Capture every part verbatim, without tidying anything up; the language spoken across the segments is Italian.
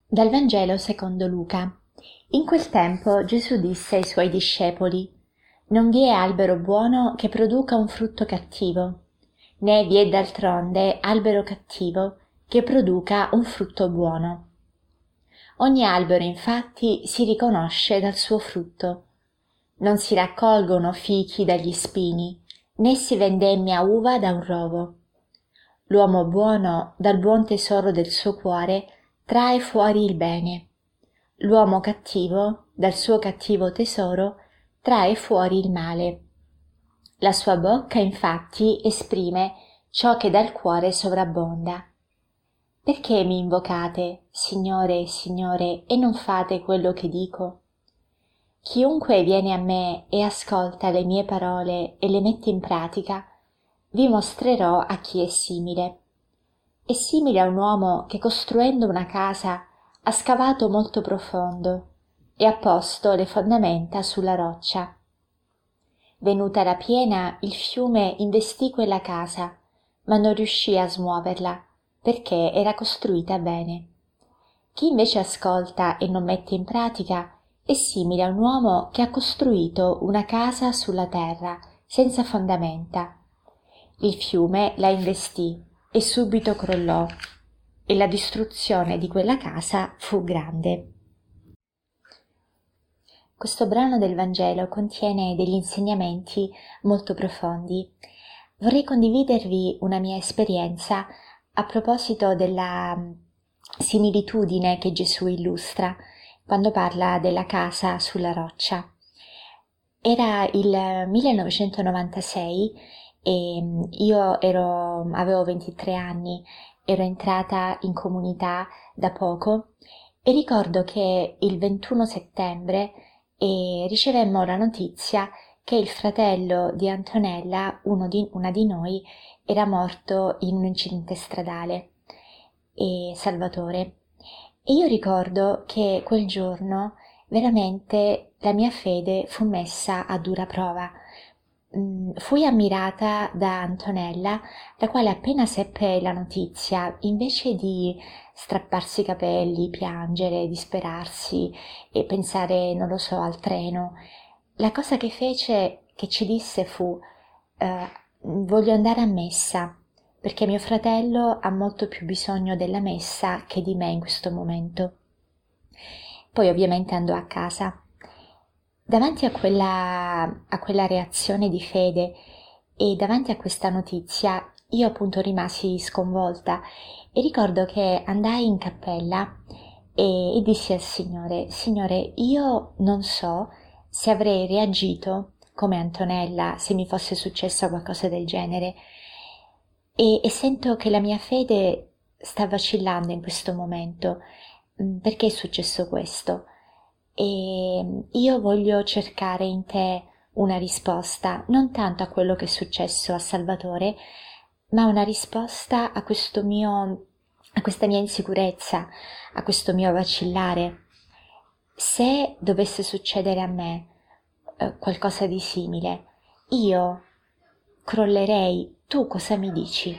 Dal Vangelo secondo Luca. In quel tempo Gesù disse ai suoi discepoli: Non vi è albero buono che produca un frutto cattivo, né vi è d'altronde albero cattivo che produca un frutto buono. Ogni albero infatti si riconosce dal suo frutto. Non si raccolgono fichi dagli spini, né si vendemmia uva da un rovo. L'uomo buono dal buon tesoro del suo cuore trae fuori il bene. L'uomo cattivo dal suo cattivo tesoro trae fuori il male. La sua bocca infatti esprime ciò che dal cuore sovrabbonda. Perché mi invocate, Signore, Signore, e non fate quello che dico? Chiunque viene a me e ascolta le mie parole e le mette in pratica, vi mostrerò a chi è simile. È simile a un uomo che costruendo una casa ha scavato molto profondo e ha posto le fondamenta sulla roccia. Venuta la piena, il fiume investì quella casa, ma non riuscì a smuoverla, perché era costruita bene. Chi invece ascolta e non mette in pratica è simile a un uomo che ha costruito una casa sulla terra, senza fondamenta. Il fiume la investì e subito crollò, e la distruzione di quella casa fu grande. Questo brano del Vangelo contiene degli insegnamenti molto profondi. Vorrei condividervi una mia esperienza a proposito della similitudine che Gesù illustra quando parla della casa sulla roccia. Era il millenovecentonovantasei e io ero, avevo ventitré anni, ero entrata in comunità da poco e ricordo che il ventuno settembre e ricevemmo la notizia che il fratello di Antonella, uno di, una di noi, era morto in un incidente stradale, e Salvatore. E io ricordo che quel giorno veramente la mia fede fu messa a dura prova. Mm, Fui ammirata da Antonella, la quale appena seppe la notizia, invece di strapparsi i capelli, piangere, disperarsi e pensare, non lo so, al treno, la cosa che fece, che ci disse fu eh, voglio andare a messa, perché mio fratello ha molto più bisogno della messa che di me in questo momento. Poi ovviamente andò a casa. Davanti a quella, a quella reazione di fede e davanti a questa notizia, io appunto rimasi sconvolta e ricordo che andai in cappella e, e dissi al Signore: Signore, io non so se avrei reagito come Antonella se mi fosse successo qualcosa del genere, e, e sento che la mia fede sta vacillando in questo momento. Mm, Perché è successo questo? E io voglio cercare in te una risposta, non tanto a quello che è successo a Salvatore, ma una risposta a questo mio, a questa mia insicurezza, a questo mio vacillare. Se dovesse succedere a me eh, qualcosa di simile, io crollerei, tu cosa mi dici?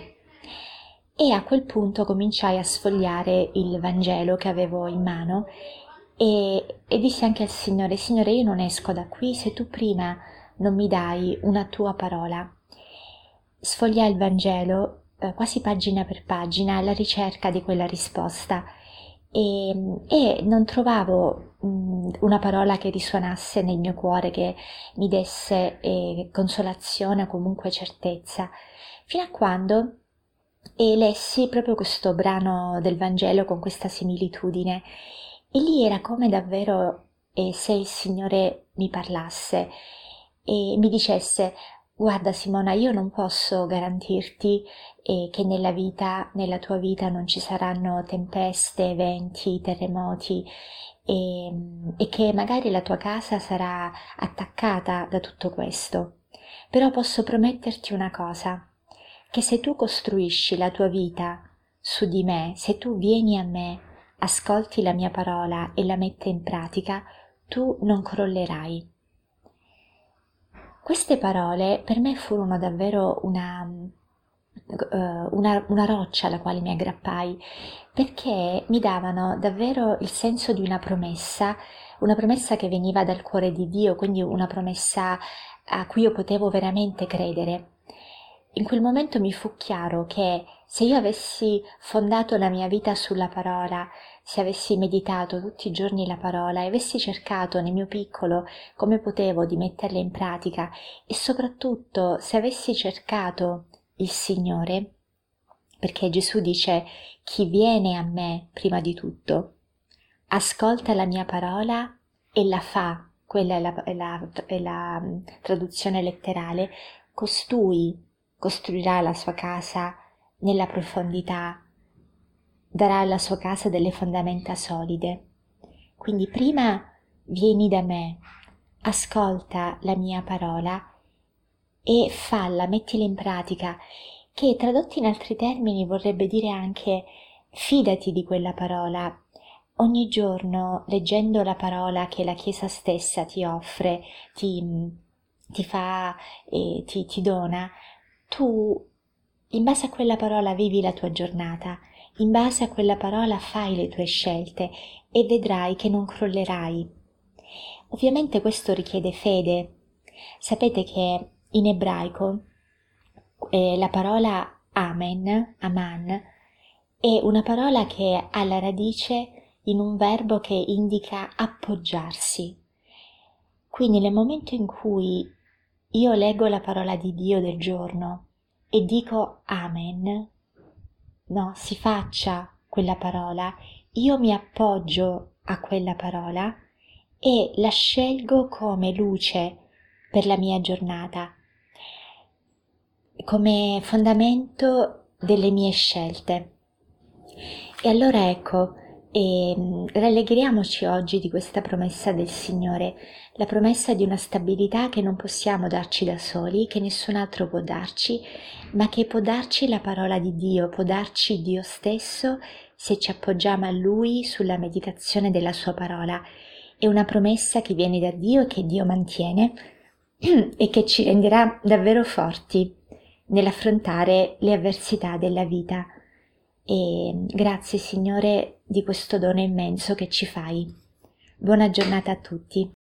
E a quel punto cominciai a sfogliare il Vangelo che avevo in mano e, e dissi anche al Signore: Signore, io non esco da qui se tu prima non mi dai una tua parola. Sfogliai il Vangelo eh, quasi pagina per pagina alla ricerca di quella risposta e, e non trovavo mh, una parola che risuonasse nel mio cuore, che mi desse eh, consolazione o comunque certezza, fino a quando e lessi proprio questo brano del Vangelo con questa similitudine, e lì era come davvero eh, se il Signore mi parlasse e mi dicesse: guarda Simona, io non posso garantirti eh, che nella vita, nella tua vita non ci saranno tempeste, venti, terremoti e, e che magari la tua casa sarà attaccata da tutto questo, però posso prometterti una cosa, che se tu costruisci la tua vita su di me, se tu vieni a me, ascolti la mia parola e la metti in pratica, tu non crollerai. Queste parole per me furono davvero una, una, una roccia alla quale mi aggrappai, perché mi davano davvero il senso di una promessa, una promessa che veniva dal cuore di Dio, quindi una promessa a cui io potevo veramente credere. In quel momento mi fu chiaro che se io avessi fondato la mia vita sulla parola, se avessi meditato tutti i giorni la parola e avessi cercato nel mio piccolo come potevo di metterla in pratica e soprattutto se avessi cercato il Signore, perché Gesù dice: chi viene a me prima di tutto, ascolta la mia parola e la fa, quella è la, è la, è la um, traduzione letterale, costui costruirà la sua casa nella profondità, darà alla sua casa delle fondamenta solide. Quindi prima vieni da me, ascolta la mia parola e falla, mettila in pratica, che tradotti in altri termini vorrebbe dire anche fidati di quella parola. Ogni giorno, leggendo la parola che la Chiesa stessa ti offre, ti, ti fa e ti, ti dona, tu in base a quella parola vivi la tua giornata, in base a quella parola fai le tue scelte e vedrai che non crollerai. Ovviamente questo richiede fede. Sapete che in ebraico eh, la parola amen, aman, è una parola che ha la radice in un verbo che indica appoggiarsi. Quindi nel momento in cui io leggo la parola di Dio del giorno e dico amen, no, si faccia quella parola, io mi appoggio a quella parola e la scelgo come luce per la mia giornata, come fondamento delle mie scelte. E allora ecco, e rallegriamoci oggi di questa promessa del Signore, la promessa di una stabilità che non possiamo darci da soli, che nessun altro può darci, ma che può darci la parola di Dio, può darci Dio stesso se ci appoggiamo a Lui sulla meditazione della Sua parola. È una promessa che viene da Dio e che Dio mantiene e che ci renderà davvero forti nell'affrontare le avversità della vita. E grazie Signore di questo dono immenso che ci fai. Buona giornata a tutti.